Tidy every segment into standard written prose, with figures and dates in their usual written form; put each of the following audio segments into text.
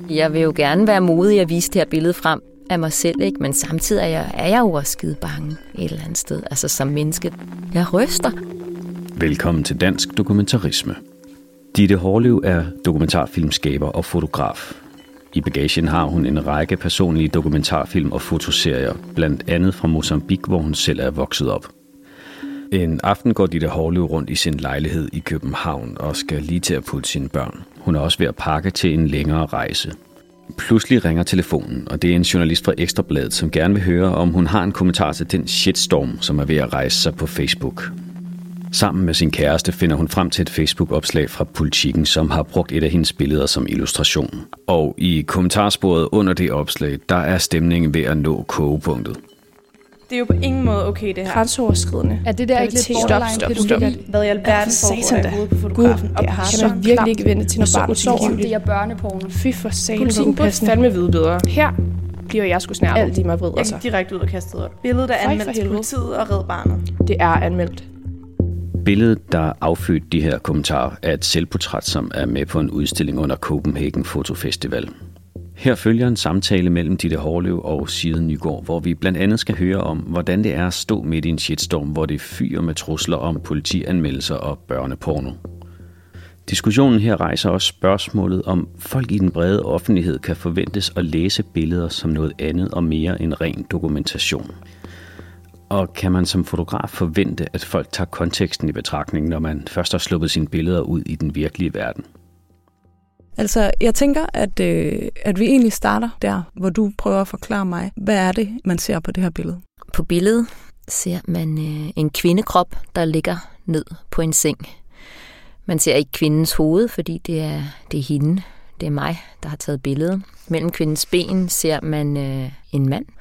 Jeg vil jo gerne være modig at vise det her billede frem af mig selv, ikke? Men samtidig er jeg jo også skide bange et eller andet sted. Altså som menneske. Jeg ryster. Velkommen til Dansk Dokumentarisme. Ditte Hårlev er dokumentarfilmskaber og fotograf. I bagagen har hun en række personlige dokumentarfilm og fotoserier, blandt andet fra Mozambique, hvor hun selv er vokset op. En aften går Ditte Hårlev rundt i sin lejlighed i København og skal lige til at putte sine børn. Hun er også ved at pakke til en længere rejse. Pludselig ringer telefonen, og det er en journalist fra Ekstra Bladet, som gerne vil høre, om hun har en kommentar til den shitstorm, som er ved at rejse sig på Facebook. Sammen med sin kæreste finder hun frem til et Facebook-opslag fra Politiken, som har brugt et af hendes billeder som illustration. Og i kommentarsporet under det opslag, der er stemningen ved at nå kogepunktet. Det er jo på ingen måde okay, det her. Grænseoverskridende. Er det der ikke lidt borderline? Stop. Hvad i alverden foregår der ude på fotografen? Gud, kan man virkelig ikke vente til, når barnet sover? Det er børneporno. Fy for satan. Politikken burde fandme vide bedre. Her bliver jeg sgu snærtet. Alt i mig vrider Jeg sig. gik direkte ud og kastede op. Billedet er anmeldt til politiet og Red Barnet. Det er anmeldt. Billedet, der affødte de her kommentarer, er et selvportræt, som er med på en udstilling under Copenhagen Fotofestival. Her følger en samtale mellem Ditte Hårlev og Side Nygaard, hvor vi blandt andet skal høre om, hvordan det er at stå midt i en shitstorm, hvor det fyrer med trusler om politianmeldelser og børneporno. Diskussionen her rejser også spørgsmålet om folk i den brede offentlighed kan forventes at læse billeder som noget andet og mere end ren dokumentation. Og kan man som fotograf forvente, at folk tager konteksten i betragtning, når man først har sluppet sine billeder ud i den virkelige verden? Altså, jeg tænker, at vi egentlig starter der, hvor du prøver at forklare mig, hvad er det, man ser på det her billede? På billedet ser man en kvindekrop, der ligger ned på en seng. Man ser ikke kvindens hoved, fordi det er hende. Det er mig, der har taget billedet. Mellem kvindens ben ser man en mand.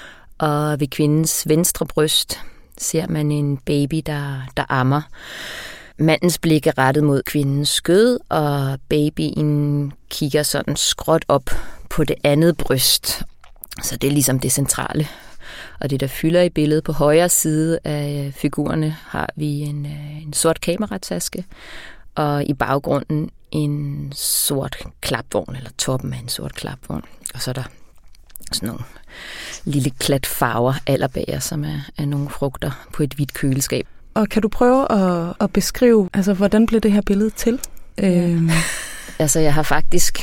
Og ved kvindens venstre bryst ser man en baby, der ammer. Mandens blik er rettet mod kvindens skød, og babyen kigger sådan skråt op på det andet bryst. Så det er ligesom det centrale. Og det, der fylder i billedet på højre side af figurerne, har vi en sort kamerataske, og i baggrunden en sort klapvogn, eller toppen af en sort klapvogn. Og så er der sådan nogle lille klat farver allerbæger, som er nogle frugter på et hvidt køleskab. Og kan du prøve at beskrive, altså hvordan blev det her billede til? Ja. Altså jeg har faktisk...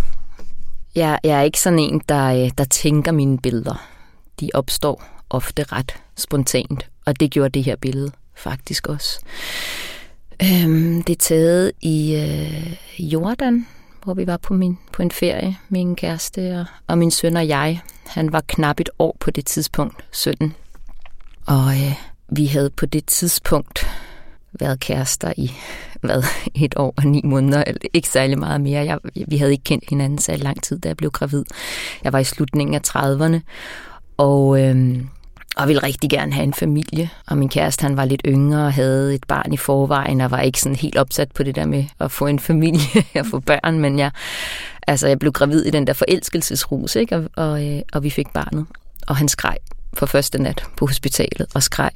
Jeg er ikke sådan en, der tænker mine billeder. De opstår ofte ret spontant, og det gjorde det her billede faktisk også. Det er taget i Jordan, hvor vi var på en ferie med en kæreste, og min søn og jeg. Han var knap et år på det tidspunkt, sønnen. Og vi havde på det tidspunkt været kærester i 1 år og 9 måneder, ikke særlig meget mere. Vi havde ikke kendt hinanden særlig lang tid, da jeg blev gravid. Jeg var i slutningen af 30'erne, og ville rigtig gerne have en familie. Og min kæreste, han var lidt yngre og havde et barn i forvejen, og var ikke sådan helt opsat på det der med at få en familie og få børn, men jeg blev gravid i den der forelskelsesrus, ikke? Og vi fik barnet, og han skreg for første nat på hospitalet, og skreg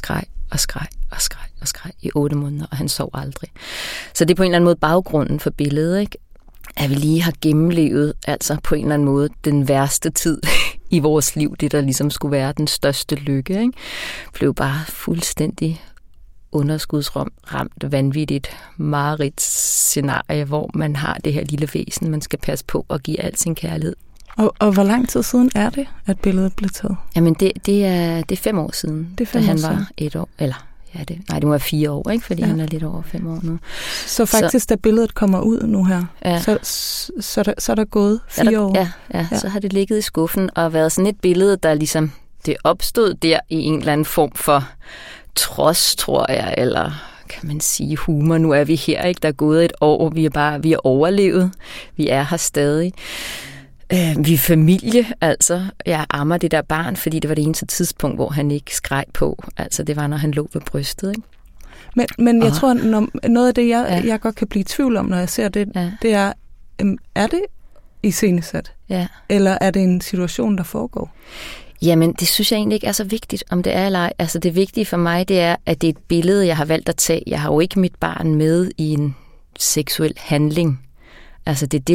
i 8 måneder, og han sov aldrig. Så det er på en eller anden måde baggrunden for billedet, ikke? At vi lige har gennemlevet, altså på en eller anden måde, den værste tid i vores liv, det der ligesom skulle være den største lykke, ikke? Blev bare fuldstændig underskudsramt, vanvittigt mareridts-scenarie, hvor man har det her lille væsen, man skal passe på og give al sin kærlighed. Og hvor lang tid siden er det, at billedet blev taget? Jamen, det er 5 år siden, det er 5 da år han siden. var 1 år. Eller, det må være 4 år, ikke? Fordi han er lidt over 5 år nu. Så faktisk, da billedet kommer ud nu her, så er der gået 4 år? Ja, så har det ligget i skuffen og været sådan et billede, der ligesom, det opstod der i en eller anden form for trods, tror jeg, eller kan man sige humor. Nu er vi her, ikke? Der er gået 1 år, vi er overlevet, vi er her stadig. Vi er familie, altså. Jeg ammer det der barn, fordi det var det eneste tidspunkt, hvor han ikke skreg på. Altså, det var, når han lå ved brystet, ikke? Men jeg tror, noget af det, jeg godt kan blive i tvivl om, når jeg ser det, det er det iscenesat? Ja. Eller er det en situation, der foregår? Jamen, det synes jeg egentlig ikke er så vigtigt, om det er eller ej. Altså, det vigtige for mig, det er, at det er et billede, jeg har valgt at tage. Jeg har jo ikke mit barn med i en seksuel handling. Altså, det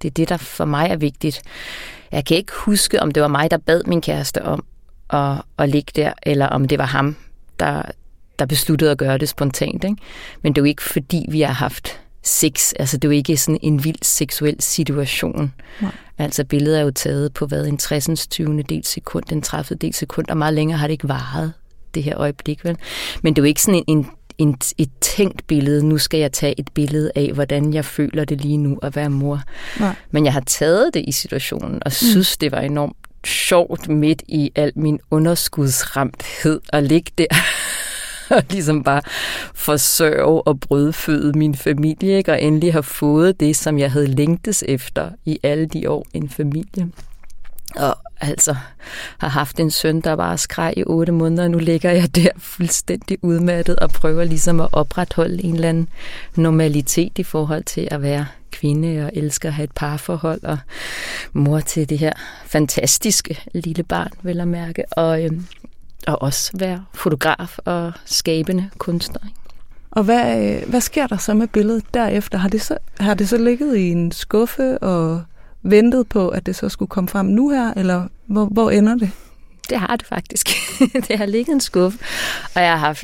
Det er det, der for mig er vigtigt. Jeg kan ikke huske, om det var mig, der bad min kæreste om at ligge der, eller om det var ham, der besluttede at gøre det spontant. Ikke? Men det er jo ikke, fordi vi har haft sex. Altså, det er jo ikke sådan en vild seksuel situation. Nej. Altså, billedet er jo taget på, en 60. del sekund, en 30. del sekund, og meget længere har det ikke varet, det her øjeblik, vel? Men det er jo ikke sådan et tænkt billede. Nu skal jeg tage et billede af, hvordan jeg føler det lige nu at være mor. Nej. Men jeg har taget det i situationen, og synes, det var enormt sjovt midt i al min underskudsramthed at ligge der og ligesom bare forsørge og brødføde min familie, ikke? Og endelig have fået det, som jeg havde længtes efter i alle de år, en familie. Og altså har haft en søn, der bare skreg i 8 måneder, og nu ligger jeg der fuldstændig udmattet og prøver ligesom at opretholde en eller anden normalitet i forhold til at være kvinde og elsker at have et parforhold og mor til det her fantastiske lille barn, vel at mærke, og også være fotograf og skabende kunstner. Og hvad sker der så med billedet derefter? Har det så ligget i en skuffe og ventet på, at det så skulle komme frem nu her, eller hvor ender det? Det har det faktisk. Det har ligget i en skuffe, og jeg har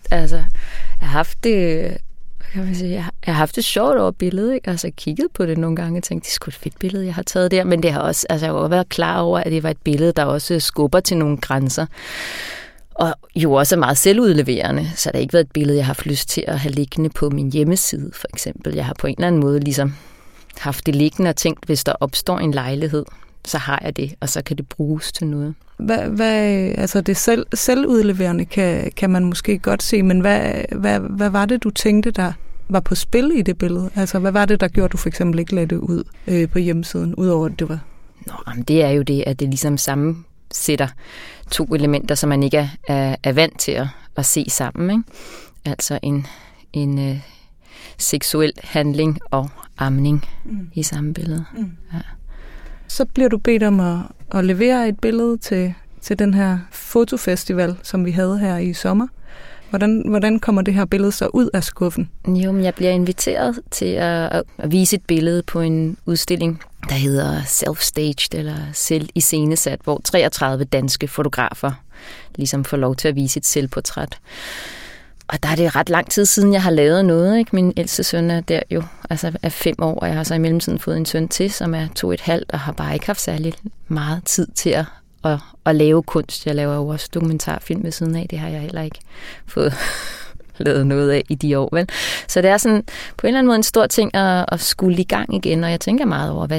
haft det sjovt over billedet, ikke? Altså, jeg kiggede på det nogle gange og tænkte, det er sgu et fedt billede, jeg har taget der, men det har også, altså, jeg har også været klar over, at det var et billede, der også skubber til nogle grænser, og jo også er meget selvudleverende, så der har ikke været et billede, jeg har haft lyst til at have liggende på min hjemmeside, for eksempel. Jeg har på en eller anden måde ligesom haft det liggende og tænkt, hvis der opstår en lejlighed, så har jeg det, og så kan det bruges til noget. Altså det selvudleverende kan man måske godt se, men hvad var det, du tænkte, der var på spil i det billede? Altså hvad var det, der gjorde, at du for eksempel ikke lagde det ud på hjemmesiden, udover at det var? Det er jo det, at det ligesom sammensætter 2 elementer, som man ikke er vant til at se sammen, ikke? Altså en seksuel handling og amning i samme billede. Ja. Så bliver du bedt om at levere et billede til den her fotofestival, som vi havde her i sommer. Hvordan kommer det her billede så ud af skuffen? Jo, men jeg bliver inviteret til at vise et billede på en udstilling, der hedder Self-Staged, eller selv iscenesat, hvor 33 danske fotografer ligesom får lov til at vise et selvportræt. Og der er det ret lang tid siden, jeg har lavet noget, ikke? Min ældste søn er der jo, altså er 5 år, og jeg har så i mellemtiden fået en søn til, som er 2,5, og har bare ikke haft særlig meget tid til at lave kunst. Jeg laver jo også dokumentarfilm ved siden af, det har jeg heller ikke fået lavet noget af i de år, vel? Så det er sådan på en eller anden måde en stor ting at skulle i gang igen, og jeg tænker meget over,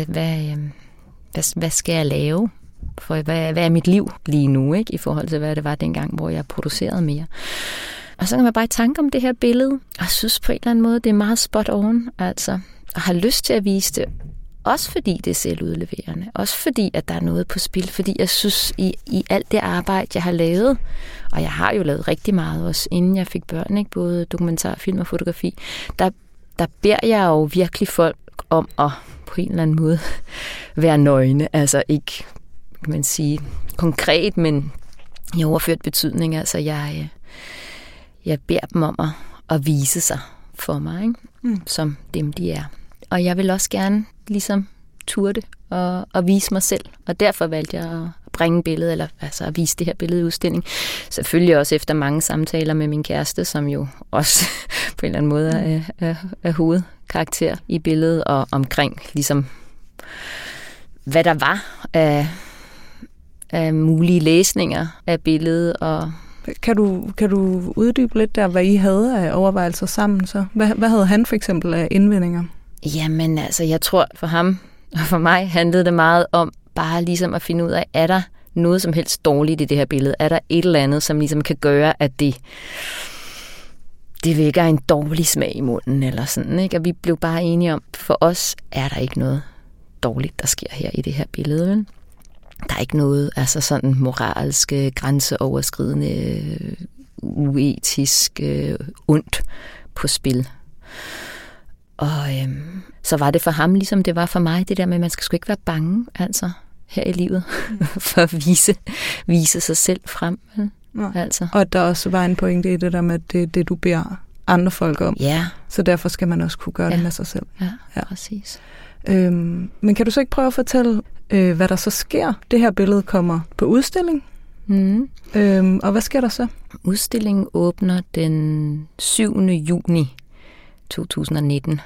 hvad skal jeg lave? For hvad er mit liv lige nu, ikke? I forhold til, hvad det var dengang, hvor jeg producerede mere. Og så kan man bare i tanke om det her billede, og jeg synes på en eller anden måde, det er meget spot on, altså, og har lyst til at vise det, også fordi det er selvudleverende, også fordi, at der er noget på spil, fordi jeg synes, i alt det arbejde, jeg har lavet, og jeg har jo lavet rigtig meget også, inden jeg fik børn, ikke? Både dokumentarfilm og fotografi, der beder jeg jo virkelig folk om at på en eller anden måde være nøgne, altså ikke, kan man sige, konkret, men i overført betydning, altså jeg beder dem om at vise sig for mig, ikke? Som dem de er. Og jeg vil også gerne ligesom turde og vise mig selv. Og derfor valgte jeg at bringe billedet, eller altså at vise det her billede i udstilling. Selvfølgelig også efter mange samtaler med min kæreste, som jo også på en eller anden måde er hovedkarakter i billedet, og omkring ligesom hvad der var af mulige læsninger af billedet. Og Kan du uddybe lidt der, hvad I havde af overvejelser sammen så? Hvad havde han for eksempel af indvendinger? Jamen altså, jeg tror for ham og for mig handlede det meget om bare ligesom at finde ud af, er der noget som helst dårligt i det her billede? Er der et eller andet, som ligesom kan gøre, at det vækker en dårlig smag i munden eller sådan, ikke? Og vi blev bare enige om, for os er der ikke noget dårligt, der sker her i det her billede, vel? Der er ikke noget altså sådan moralsk, grænseoverskridende, uetisk, ondt på spil. Og så var det for ham, ligesom det var for mig, det der med, at man skal sgu ikke være bange, altså, her i livet, for at vise sig selv frem. Altså. Og at der også var en pointe i det der med, at det du beder andre folk om. Ja. Så derfor skal man også kunne gøre det med sig selv. Ja, præcis. Men kan du så ikke prøve at fortælle, hvad der så sker? Det her billede kommer på udstilling. Og hvad sker der så? Udstillingen åbner den 7. juni 2019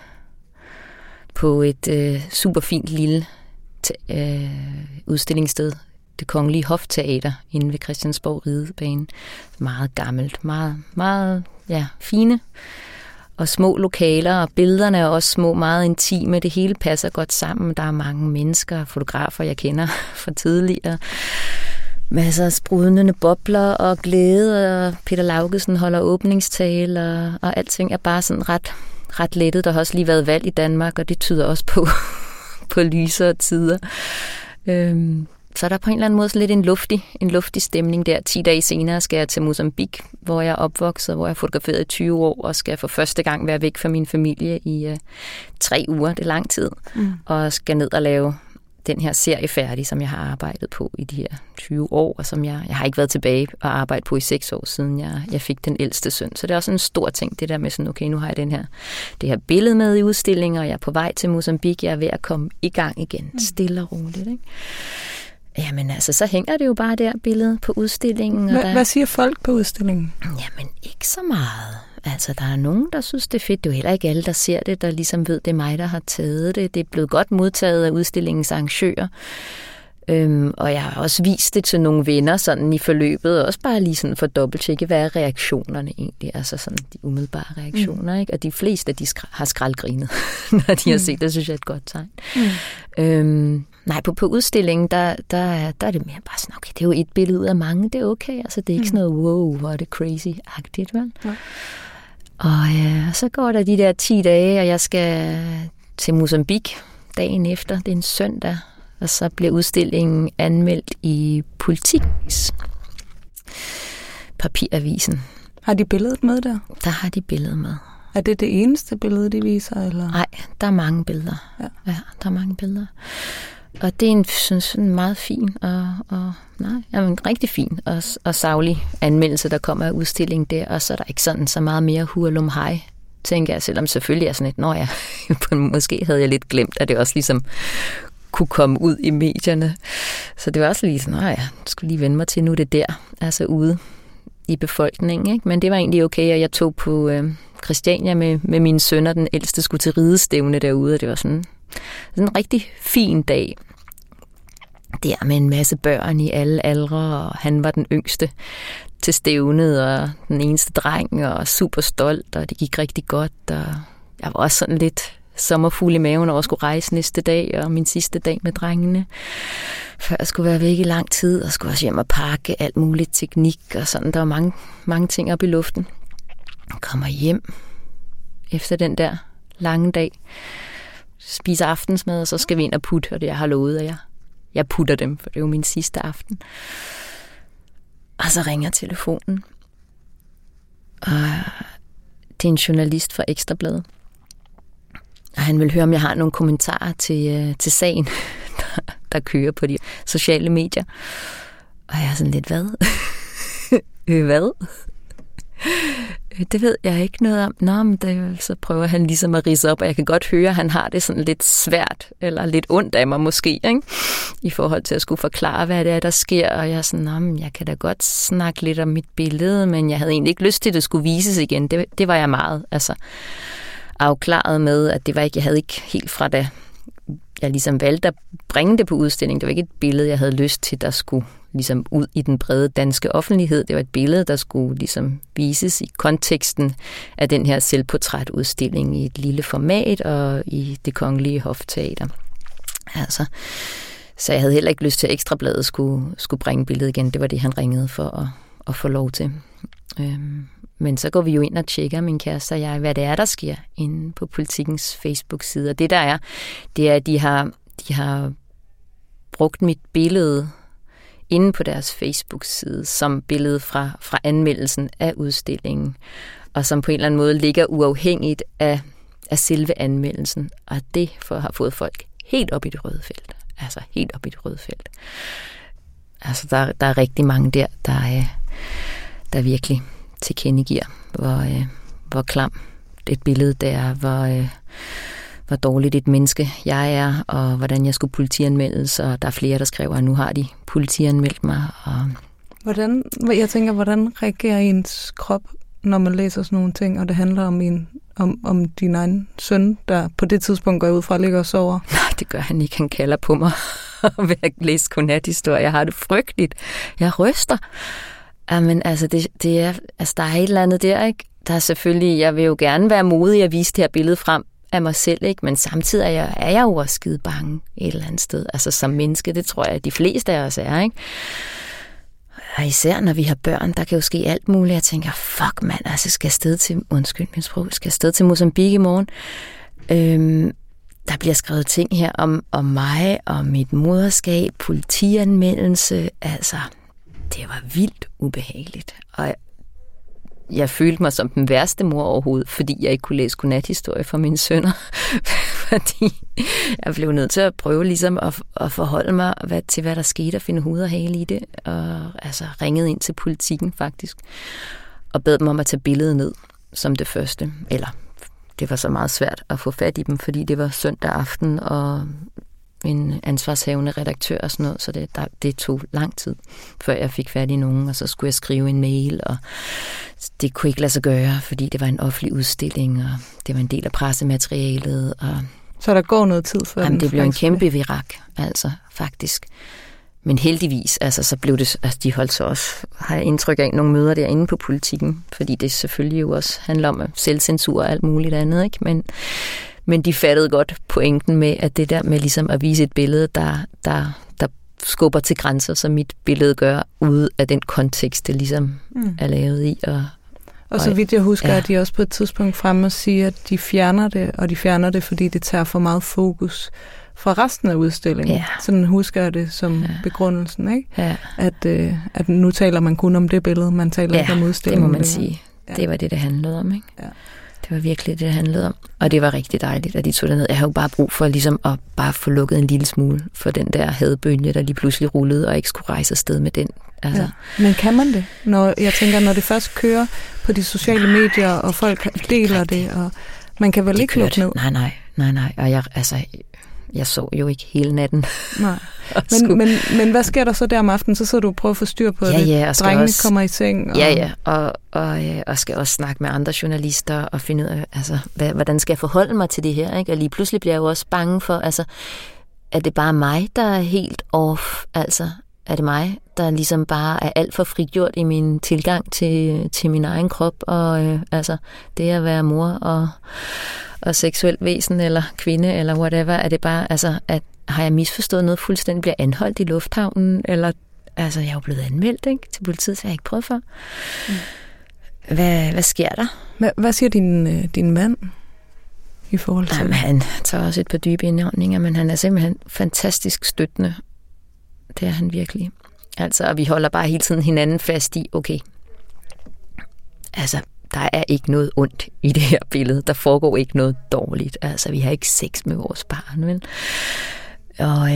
på et super fint lille udstillingssted. Det Kongelige Hofteater inde ved Christiansborg Ridebane. Meget gammelt, meget fine og små lokaler, og billederne er også små, meget intime. Det hele passer godt sammen. Der er mange mennesker, fotografer, jeg kender fra tidligere. Masser af sprudlende bobler og glæde, og Peter Laugesen holder åbningstale, og alting er bare sådan ret lettet. Der har også lige været valg i Danmark, og det tyder også på lysere tider. Så er der på en eller anden måde lidt en luftig stemning der. 10 dage senere skal jeg til Mozambique, hvor jeg er opvokset, hvor jeg har fotograferet i 20 år, og skal for første gang være væk fra min familie i 3 uger. Det er lang tid. Og skal ned og lave den her serie færdig, som jeg har arbejdet på i de her 20 år, og som jeg har ikke været tilbage og arbejdet på i 6 år siden jeg fik den ældste søn. Så det er også en stor ting, det der med sådan, okay, nu har jeg det her billede med i udstillingen, og jeg er på vej til Mozambique, jeg er ved at komme i gang igen, stille og roligt, ikke? Jamen altså, så hænger det jo bare der billede på udstillingen. Hvad siger folk på udstillingen? Jamen, ikke så meget. Altså, der er nogen, der synes, det er fedt. Det er jo heller ikke alle, der ser det, der ligesom ved, det er mig, der har taget det. Det er blevet godt modtaget af udstillingens arrangører. Og jeg har også vist det til nogle venner sådan i forløbet, og også bare lige sådan for dobbelttjekke, hvad er reaktionerne egentlig? Altså sådan de umiddelbare reaktioner, ikke? Og de fleste, de har skraldgrinet, når de har set det, synes jeg er et godt tegn. Nej, på udstillingen, der er det mere bare sådan, okay, det er jo et billede ud af mange, det er okay. Altså, det er ikke sådan noget, wow, hvor er det crazy-agtigt, vel? Ja. Og så går der de der 10 dage, og jeg skal til Mozambique dagen efter. Det er en søndag, og så bliver udstillingen anmeldt i Politikens papiravisen. Har de billedet med der? Der har de billedet med. Er det det eneste billede, de viser? Eller? Nej, der er mange billeder. Ja, der er mange billeder. Og det er en meget fin en rigtig fin og saglig anmeldelse, der kommer af udstillingen der, og så er der ikke sådan så meget mere hurlum hej, tænker jeg, selvom selvfølgelig er sådan et, måske havde jeg lidt glemt, at det også ligesom kunne komme ud i medierne. Så det var også lige sådan, jeg skulle lige vende mig til, nu det der, altså ude i befolkningen, ikke? Men det var egentlig okay, og jeg tog på Christiania med mine sønner, den ældste skulle til ridestævne derude, og det var sådan en rigtig fin dag. Der med en masse børn i alle aldre, og han var den yngste til stævnet, og den eneste dreng, og super stolt, og det gik rigtig godt, og jeg var også sådan lidt sommerfugl i maven over at skulle rejse næste dag, og min sidste dag med drengene, før jeg skulle være væk i lang tid, og skulle også hjem og pakke alt muligt teknik, og sådan, der var mange ting op i luften. Jeg kommer hjem efter den der lange dag, spiser aftensmad, og så skal vi ind og putte, og det jeg har lovet, at jeg putter dem, for det er jo min sidste aften. Og så ringer telefonen, og det er en journalist fra Ekstra Bladet, og han vil høre, om jeg har nogle kommentarer til sagen, der kører på de sociale medier. Og jeg er sådan lidt, hvad? Hvad? Det ved jeg ikke noget om. Nå, men så prøver han ligesom at ridse op, og jeg kan godt høre, at han har det sådan lidt svært, eller lidt ondt af mig måske, ikke? I forhold til at skulle forklare, hvad det er, der sker. Og jeg er sådan, jeg kan da godt snakke lidt om mit billede, men jeg havde egentlig ikke lyst til, at det skulle vises igen. Det var jeg meget afklaret med, at det var ikke, jeg havde ikke helt fra da jeg ligesom valgte at bringe det på udstilling. Det var ikke et billede, jeg havde lyst til, der skulle ligesom ud i den brede danske offentlighed. Det var et billede, der skulle ligesom vises i konteksten af den her selvportrætudstilling i et lille format og i Det Kongelige Hofteater. Altså, så jeg havde heller ikke lyst til, at Ekstra Bladet skulle bringe billedet igen. Det var det, han ringede for at få lov til. Men så går vi jo ind og tjekker, min kæreste og jeg, hvad det er, der sker inde på Politikens Facebook-side. Og det der er, det er, at de har brugt mit billede inde på deres Facebook-side som billede fra anmeldelsen af udstillingen, og som på en eller anden måde ligger uafhængigt af selve anmeldelsen. Og det har fået folk helt op i det røde felt. Altså helt op i det røde felt. Altså der er rigtig mange der virkelig tilkendegiver, hvor klam det billede der, hvor dårligt et menneske jeg er, og hvordan jeg skulle politianmeldes, og der er flere, der skriver, at nu har de politianmeldt mig. Og hvordan reagerer ens krop, når man læser sådan nogle ting, og det handler om din egen søn, der på det tidspunkt går ud fra at ligge og sover? Nej, det gør han ikke. Han kalder på mig ved at læse godnathistorie. Jeg har det frygteligt. Jeg ryster. Men altså, det er, altså, der er et eller andet der, ikke? Der er selvfølgelig, jeg vil jo gerne være modig at vise det her billede frem af mig selv, ikke? Men samtidig er jeg jo også skide bange et eller andet sted. Altså som menneske, det tror jeg, at de fleste af os er, ikke? Og især når vi har børn, der kan jo ske alt muligt. Jeg tænker, fuck mand, altså skal jeg afsted til Mozambique i morgen. Der bliver skrevet ting her om mig, og mit moderskab, politianmeldelse. Altså, det var vildt ubehageligt. Og jeg følte mig som den værste mor overhovedet, fordi jeg ikke kunne læse godnathistorie for mine sønner. Fordi jeg blev nødt til at prøve ligesom at forholde mig til, hvad der skete, og finde hoved og hale i det. Og altså ringede ind til politikken faktisk, og bad dem om at tage billedet ned som det første. Eller det var så meget svært at få fat i dem, fordi det var søndag aften, og en ansvarshavende redaktør og sådan noget, så det tog lang tid, før jeg fik fat i nogen, og så skulle jeg skrive en mail, og det kunne ikke lade sig gøre, fordi det var en offentlig udstilling, og det var en del af pressematerialet. Og så der går noget tid før? Jamen, det blev en kæmpe virak, altså faktisk. Men heldigvis, altså, så blev det, altså, de holdt så også, har jeg indtryk af, nogle møder derinde på politikken, fordi det selvfølgelig jo også handler om selvcensur og alt muligt andet, ikke? Men de fattede godt pointen med, at det der med ligesom at vise et billede, der skubber til grænser, som mit billede gør, ude af den kontekst, det ligesom er lavet i. Og så vidt jeg husker, at de også på et tidspunkt fremme og siger, at de fjerner det, og de fjerner det, fordi det tager for meget fokus fra resten af udstillingen. Ja. Sådan husker jeg det som begrundelsen, ikke? Ja. At nu taler man kun om det billede, man taler ikke om udstillingen. Det må man sige. Ja. Det var det handlede om, ikke? Ja. Det var virkelig det handlede om. Og det var rigtig dejligt, at de tog derned. Jeg har jo bare brug for ligesom at bare få lukket en lille smule for den der hadbølge, der lige pludselig rullede, og ikke skulle rejse afsted med den. Altså. Ja. Men kan man det? Jeg tænker, når det først kører på de sociale medier, og folk deler det, og man kan vel ikke lukke ned? Nej. Og jeg sov jo ikke hele natten. Nej. Men hvad sker der så der om aftenen? Så sidder du og prøver at få styr på det. Ja, drengene kommer i seng. Og skal også snakke med andre journalister og finde ud af, altså, hvordan skal jeg forholde mig til det her? Ikke? Og lige pludselig bliver jeg jo også bange for, altså, er det bare mig, der er helt off? Altså, er det mig, der ligesom bare er alt for frigjort i min tilgang til min egen krop? Og altså, det at være mor og seksuelt væsen eller kvinde eller whatever, er det bare, altså, har jeg misforstået noget fuldstændig, bliver anholdt i lufthavnen, eller, altså, jeg er jo blevet anmeldt, ikke, til politiet, så jeg har ikke prøvet før. Hvad sker der? Hvad siger din mand i forhold til? Jamen, han tager også et par dybe indåndinger, men han er simpelthen fantastisk støttende. Det er han virkelig. Altså, vi holder bare hele tiden hinanden fast i, okay, altså, der er ikke noget ondt i det her billede. Der foregår ikke noget dårligt. Altså, vi har ikke sex med vores barn, vel? Og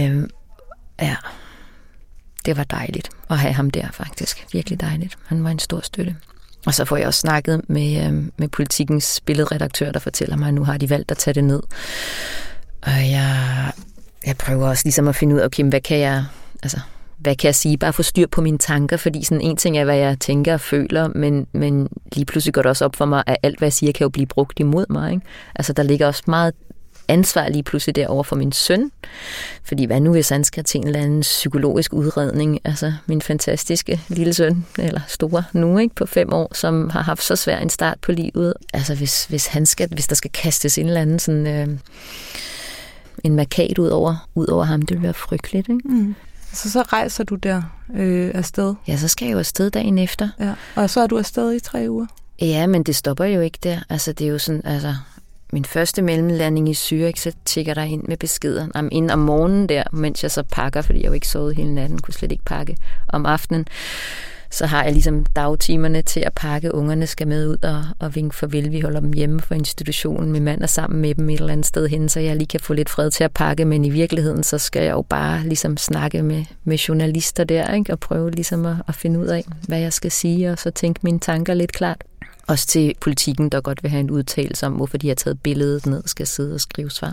det var dejligt at have ham der, faktisk. Virkelig dejligt. Han var en stor støtte. Og så får jeg også snakket med Politikens billedredaktør, der fortæller mig, at nu har de valgt at tage det ned. Og jeg prøver også ligesom at finde ud af, okay, hvad kan jeg sige? Bare få styr på mine tanker, fordi sådan en ting er, hvad jeg tænker og føler, men lige pludselig går det også op for mig, at alt, hvad jeg siger, kan jo blive brugt imod mig, ikke? Altså, der ligger også meget ansvar lige pludselig derovre for min søn, fordi hvad nu, hvis han skal til en eller anden psykologisk udredning, altså min fantastiske lille søn, eller store nu, ikke, på 5 år, som har haft så svær en start på livet. Altså, hvis der skal kastes en eller anden sådan en markat ud over ham, det vil være frygteligt, ikke? Mm. Så rejser du der afsted? Ja, så skal jeg jo afsted dagen efter. Ja. Og så er du afsted i 3 uger? Ja, men det stopper jo ikke der. Altså, det er jo sådan, altså, min første mellemlanding i Zürich, så tjekker der ind med beskeder. Inden om morgenen der, mens jeg så pakker, fordi jeg jo ikke sovet hele natten, kunne slet ikke pakke om aftenen. Så har jeg ligesom dagtimerne til at pakke. Ungerne skal med ud og vinke farvel. Vi holder dem hjemme for institutionen. Min mand er sammen med dem et eller andet sted hen, så jeg lige kan få lidt fred til at pakke. Men i virkeligheden, så skal jeg jo bare ligesom snakke med journalister der, ikke? Og prøve ligesom at finde ud af, hvad jeg skal sige, og så tænke mine tanker lidt klart. Også til Politikken, der godt vil have en udtalelse om, hvorfor de har taget billedet ned og skal sidde og skrive svar.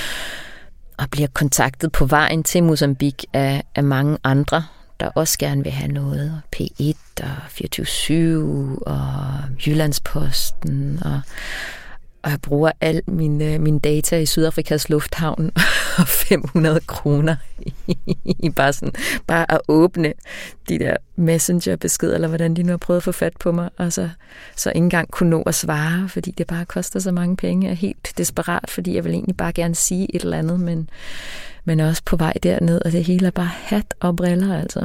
Og bliver kontaktet på vejen til Mozambique af mange andre, der også gerne vil have noget. P1 og 24/7 og Jyllandsposten. Og jeg bruger al min data i Sydafrikas lufthavn og 500 kroner i bare at åbne de der messengerbeskeder, eller hvordan de nu har prøvet at få fat på mig, og så ikke engang kunne nå at svare, fordi det bare koster så mange penge. Jeg er helt desperat, fordi jeg vil egentlig bare gerne sige et eller andet, men også på vej derned, og det hele er bare hat og briller, altså.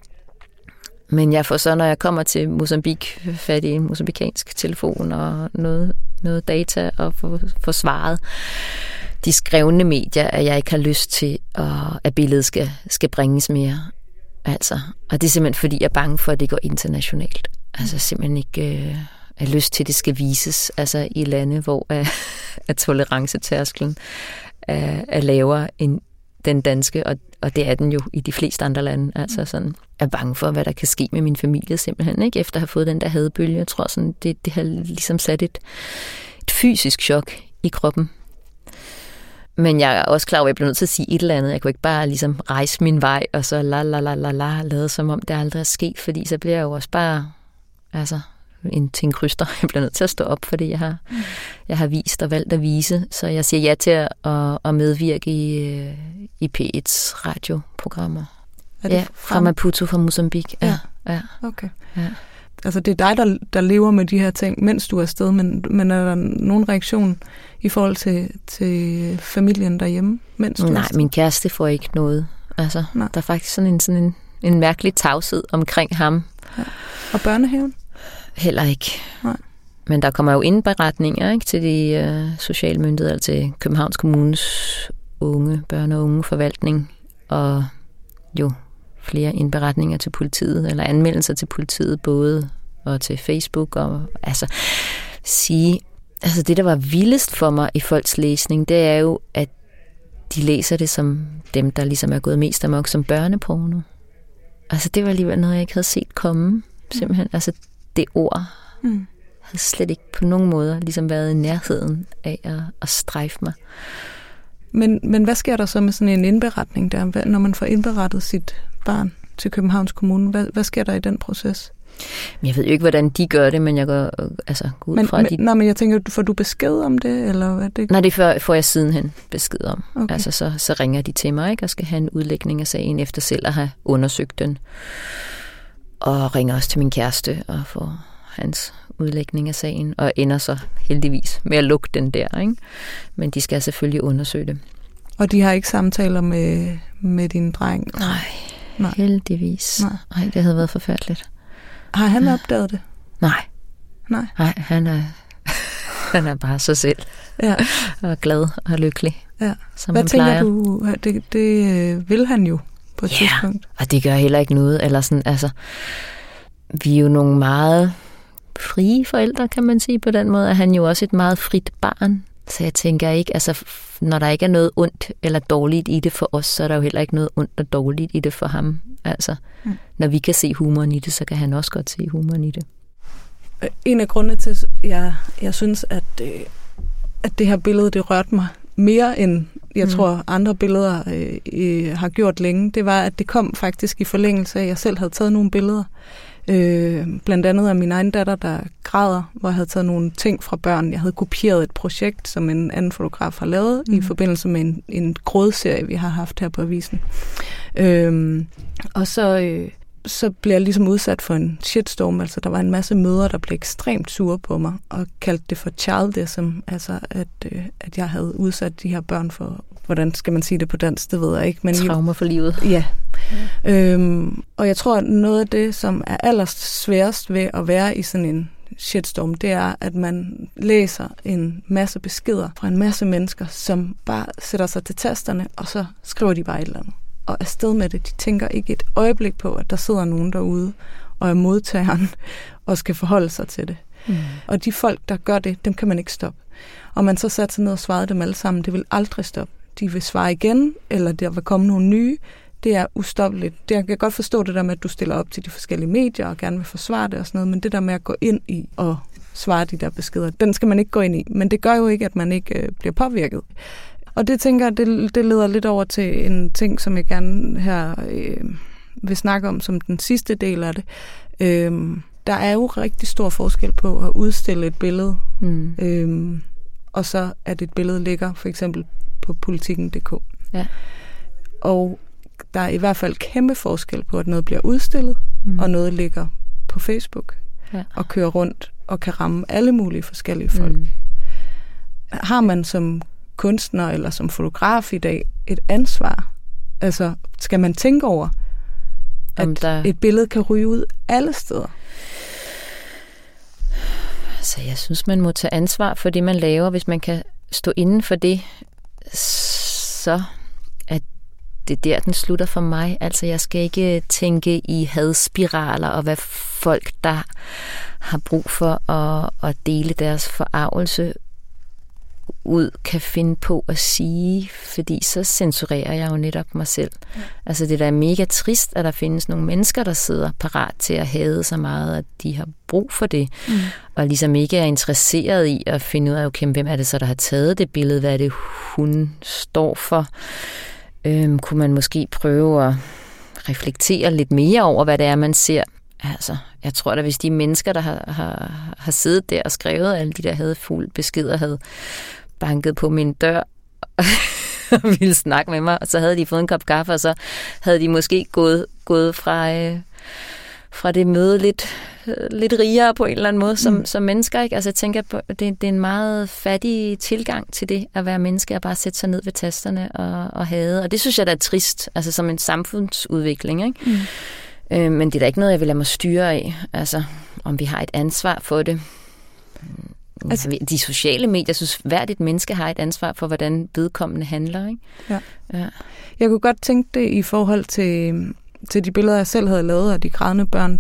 Men jeg får så, når jeg kommer til Mozambique, fat i en mozambikansk telefon og noget data og få svaret de skrevne medier, at jeg ikke har lyst til, at billedet skal bringes mere. Altså. Og det er simpelthen, fordi jeg er bange for, at det går internationalt. Altså simpelthen ikke har lyst til, at det skal vises altså, i lande, hvor at tolerancetærsklen er lavere end den danske, og det er den jo i de fleste andre lande. Altså sådan, er bange for, hvad der kan ske med min familie simpelthen, ikke? Efter at have fået den der hadbølge. Jeg tror sådan, det har ligesom sat et fysisk chok i kroppen. Men jeg er også klar over, at jeg bliver nødt til at sige et eller andet. Jeg kunne ikke bare ligesom rejse min vej, og så lade som om det aldrig er sket, fordi så bliver jeg jo også bare til en kryster. Jeg bliver nødt til at stå op for det, jeg har vist og valgt at vise. Så jeg siger ja til at medvirke i P1's radioprogrammer. Ja, fra Maputo, fra Mozambique. Ja. Okay. Ja. Altså det er dig, der lever med de her ting, mens du er afsted, men er der nogen reaktion i forhold til familien derhjemme, mens du er afsted? Nej, min kæreste får ikke noget. Altså, der er faktisk sådan en mærkelig tavshed omkring ham. Ja. Og børnehaven? Heller ikke. Nej. Men der kommer jo indberetninger, ikke, til de sociale myndigheder, til Københavns Kommunes børne- og ungeforvaltning, og jo flere indberetninger til politiet, eller anmeldelser til politiet, både og til Facebook, og det, der var vildest for mig i folks læsning, det er jo, at de læser det som dem, der ligesom er gået mest amok som børneporno. Altså, det var alligevel noget, jeg ikke havde set komme, simpelthen. Altså, det ord havde slet ikke på nogen måde ligesom været i nærheden af at strejfe mig. Men hvad sker der så med sådan en indberetning der, når man får indberettet sit barn til Kommune? Hvad sker der i den proces? Jeg ved jo ikke, hvordan de gør det, men jeg går ud fra... Men jeg tænker, får du besked om det, eller hvad det? Nej, det får jeg sidenhen besked om. Okay. Altså, så ringer de til mig, ikke, og skal have en udlægning af sagen, efter selv at have undersøgt den. Og ringer også til min kæreste og får hans udlægning af sagen, og ender så heldigvis med at lukke den der, ikke? Men de skal selvfølgelig undersøge det. Og de har ikke samtaler med din dreng? Nej, heldigvis. Nej, det havde været forfærdeligt. Har han opdaget det? Nej, han er bare sig selv. Ja. Og glad og lykkelig. Ja. Hvad tænker du? Det vil han jo på et tidspunkt. Og det gør heller ikke noget. Eller sådan, vi er jo nogle meget frie forældre, kan man sige på den måde. Er han jo også et meget frit barn. Så jeg tænker ikke, når der ikke er noget ondt eller dårligt i det for os, så er der jo heller ikke noget ondt og dårligt i det for ham. Når vi kan se humoren i det, så kan han også godt se humoren i det. En af grundene til, jeg synes, at det her billede, det rørte mig mere end jeg tror andre billeder har gjort længe, det var, at det kom faktisk i forlængelse af, at jeg selv havde taget nogle billeder. Blandt andet af min egen datter, der græder, hvor jeg havde taget nogle ting fra børn. Jeg havde kopieret et projekt, som en anden fotograf har lavet i forbindelse med en grådserie, vi har haft her på avisen. Og så blev jeg ligesom udsat for en shitstorm. Altså, der var en masse mødre, der blev ekstremt sure på mig, og kaldte det for childism, altså at jeg havde udsat de her børn for, hvordan skal man sige det på dansk, det ved jeg ikke. Men traumer for livet. Ja. Og jeg tror, at noget af det, som er allersværest ved at være i sådan en shitstorm, det er, at man læser en masse beskeder fra en masse mennesker, som bare sætter sig til tasterne, og så skriver de bare et eller andet. Og afsted med det. De tænker ikke et øjeblik på, at der sidder nogen derude og er modtageren og skal forholde sig til det. Og de folk, der gør det, dem kan man ikke stoppe. Og man så satte sig ned og svarede dem alle sammen, det vil aldrig stoppe. De vil svare igen, eller der vil komme nogle nye. Det er ustoppeligt. Jeg kan godt forstå det der med, at du stiller op til de forskellige medier og gerne vil forsvare det og sådan noget, men det der med at gå ind i og svarer de der beskeder. Den skal man ikke gå ind i, men det gør jo ikke, at man ikke bliver påvirket. Og det tænker jeg, det leder lidt over til en ting, som jeg gerne her vil snakke om som den sidste del af det. Der er jo rigtig stor forskel på at udstille et billede, og så at et billede ligger for eksempel på politikken.dk. Ja. Og der er i hvert fald kæmpe forskel på, at noget bliver udstillet, og noget ligger på Facebook, og kører rundt og kan ramme alle mulige forskellige folk. Har man som kunstner eller som fotograf i dag et ansvar? Altså, skal man tænke over, at et billede kan ryge ud alle steder? Altså, jeg synes, man må tage ansvar for det, man laver. Hvis man kan stå inden for det, så er det der, den slutter for mig. Altså, jeg skal ikke tænke i hadspiraler og hvad folk, der har brug for at dele deres forargelse ud, kan finde på at sige, fordi så censurerer jeg jo netop mig selv. Ja. Altså det der er mega trist, at der findes nogle mennesker, der sidder parat til at hade så meget, at de har brug for det, og ligesom ikke er interesseret i at finde ud af, okay, hvem er det så, der har taget det billede, hvad er det, hun står for. Kunne man måske prøve at reflektere lidt mere over, hvad det er, man ser. Altså, jeg tror da, hvis de mennesker, der har siddet der og skrevet alle de der hadefulde beskeder, havde banket på min dør og ville snakke med mig, og så havde de fået en kop kaffe, og så havde de måske gået fra det møde lidt rigere på en eller anden måde som mennesker. Ikke? Altså, jeg tænker, det er en meget fattig tilgang til det at være menneske, at bare sætte sig ned ved tasterne og hade. Og det synes jeg, der er trist, altså som en samfundsudvikling, ikke? Men det er da ikke noget, jeg vil lade mig styre af. Altså, om vi har et ansvar for det. Altså, de sociale medier, synes hvert et menneske har et ansvar for, hvordan vedkommende handler. Ikke? Ja. Jeg kunne godt tænke det i forhold til de billeder, jeg selv havde lavet af de grædende børn.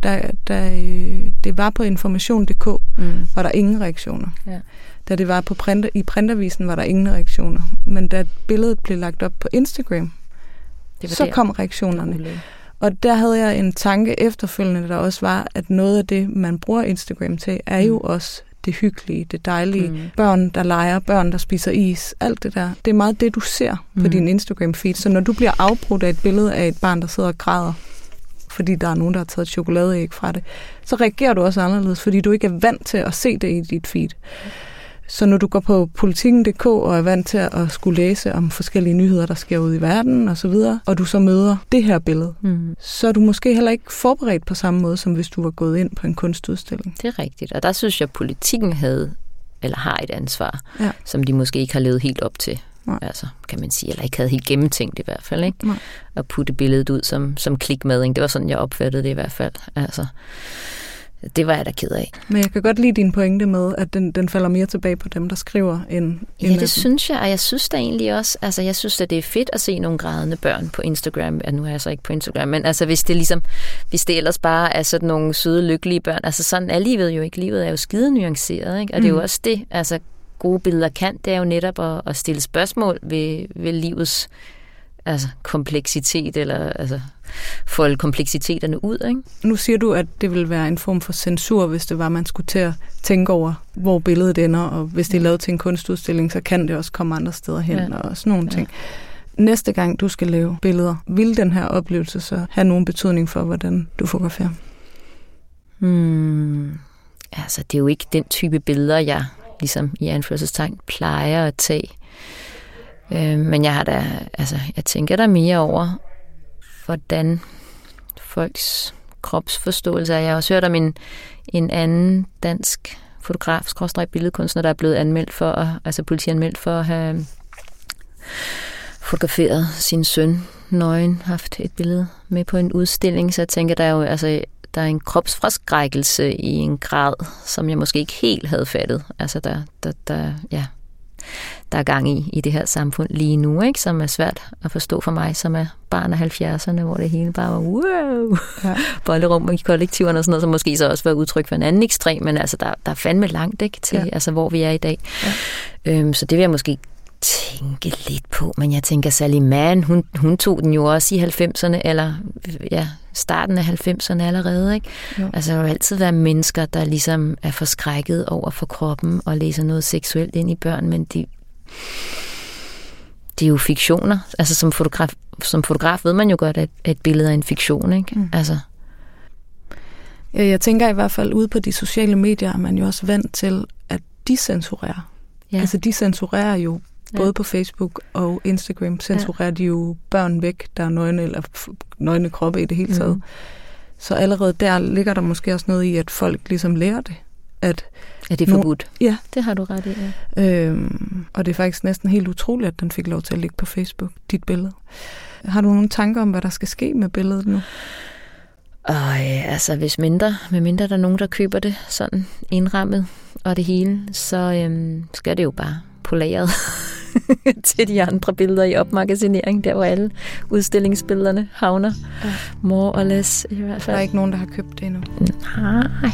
Det var på information.dk, var der ingen reaktioner. Ja. Da det var i printavisen, var der ingen reaktioner. Men da billedet blev lagt op på Instagram, så kom reaktionerne. Og der havde jeg en tanke efterfølgende, der også var, at noget af det, man bruger Instagram til, er jo også det hyggelige, det dejlige. Børn, der leger, børn, der spiser is, alt det der. Det er meget det, du ser på din Instagram-feed. Så når du bliver afbrudt af et billede af et barn, der sidder og græder, fordi der er nogen, der har taget chokoladeæg fra det, så reagerer du også anderledes, fordi du ikke er vant til at se det i dit feed. Så når du går på politikken.dk og er vant til at skulle læse om forskellige nyheder, der sker ude i verden og så videre, og du så møder det her billede, så er du måske heller ikke forberedt på samme måde, som hvis du var gået ind på en kunstudstilling. Det er rigtigt, og der synes jeg, at politikken har et ansvar, som de måske ikke har levet helt op til. Nej. Altså, kan man sige, eller ikke havde helt gennemtænkt i hvert fald, ikke? Nej. At putte billedet ud som klikmading. Det var sådan, jeg opfattede det i hvert fald. Altså, det var jeg da ked af. Men jeg kan godt lide din pointe med, at den falder mere tilbage på dem, der skriver, end ja, det synes jeg, og jeg synes da egentlig også, altså jeg synes at det er fedt at se nogle grædende børn på Instagram. Ja, nu er jeg så ikke på Instagram, men altså hvis det ellers bare er sådan nogle søde, lykkelige børn, altså sådan er livet jo ikke. Livet er jo skide nuanceret, ikke? Og det er jo også det, altså gode billeder kan, det er jo netop at stille spørgsmål ved livets kompleksitet, eller folde kompleksiteterne ud, ikke? Nu siger du, at det vil være en form for censur, hvis det var, man skulle til at tænke over, hvor billedet ender, og hvis det er lavet til en kunstudstilling, så kan det også komme andre steder hen, og sådan nogle ting. Næste gang du skal lave billeder, vil den her oplevelse så have nogen betydning for, hvordan du fotograferer? Altså, det er jo ikke den type billeder, jeg ligesom i anførselstegn plejer at tage. Men jeg tænker der mere over, hvordan folks kropsforståelse er. Jeg har også hørt om en anden dansk fotograf, billedkunstner, der er blevet anmeldt politianmeldt for at have fotograferet sin søn nøgen, haft et billede med på en udstilling. Så jeg tænker, der er en kropsforskrækkelse i en grad, som jeg måske ikke helt havde fattet. Altså der er gang i det her samfund lige nu, ikke? Som er svært at forstå for mig, som er barn af 70'erne, hvor det hele bare var wow, bollerum i kollektiverne og sådan noget, som måske så også var udtryk for en anden ekstrem, men altså der er fandme langt, ikke, til hvor vi er i dag. Ja. Så det vil jeg måske tænke lidt på, men jeg tænker Sally Mann, hun tog den jo også i 90'erne, eller starten af 90'erne allerede, ikke? Jo. Altså, der vil altid være mennesker, der ligesom er forskrækket over for kroppen og læser noget seksuelt ind i børn, men de er jo fiktioner. Altså, som fotograf ved man jo godt, at et billede er en fiktion, ikke? Altså. Jeg tænker i hvert fald, ude på de sociale medier er man jo også vant til, at de censurerer. Ja. Altså, de censurerer jo både på Facebook og Instagram censurerer de jo børn væk, der er nøgne, eller nøgne kroppe i det hele taget. Så allerede der ligger der måske også noget i, at folk ligesom lærer det. At det er forbudt. Ja. Det har du ret i, ja. Og det er faktisk næsten helt utroligt, at den fik lov til at ligge på Facebook, dit billede. Har du nogle tanker om, hvad der skal ske med billedet nu? Altså, medmindre der er nogen, der køber det sådan indrammet og det hele, så skal det jo bare på lageret til de andre billeder i opmagasinering, der hvor alle udstillingsbillederne havner. Ja. More or less, i hvert fald. Der er ikke nogen, der har købt det endnu. Nej.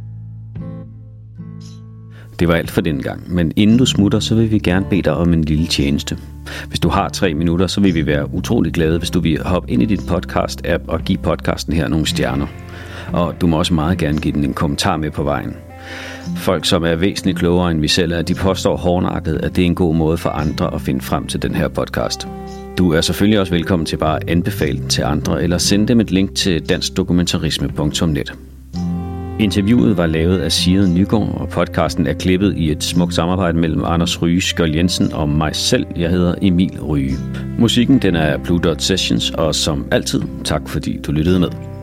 Det var alt for den gang, men inden du smutter, så vil vi gerne bede dig om en lille tjeneste. Hvis du har 3 minutter, så vil vi være utrolig glade, hvis du vil hoppe ind i dit podcast-app og give podcasten her nogle stjerner. Og du må også meget gerne give den en kommentar med på vejen. Folk, som er væsentligt klogere end vi selv er, de påstår hårdnakket, at det er en god måde for andre at finde frem til den her podcast. Du er selvfølgelig også velkommen til bare at anbefale den til andre, eller sende dem et link til danskdokumentarisme.net. Interviewet var lavet af Sigrid Nygaard, og podcasten er klippet i et smukt samarbejde mellem Anders Ryge Skjold Jensen og mig selv. Jeg hedder Emil Ryge. Musikken den er Blue Dot Sessions, og som altid, tak fordi du lyttede med.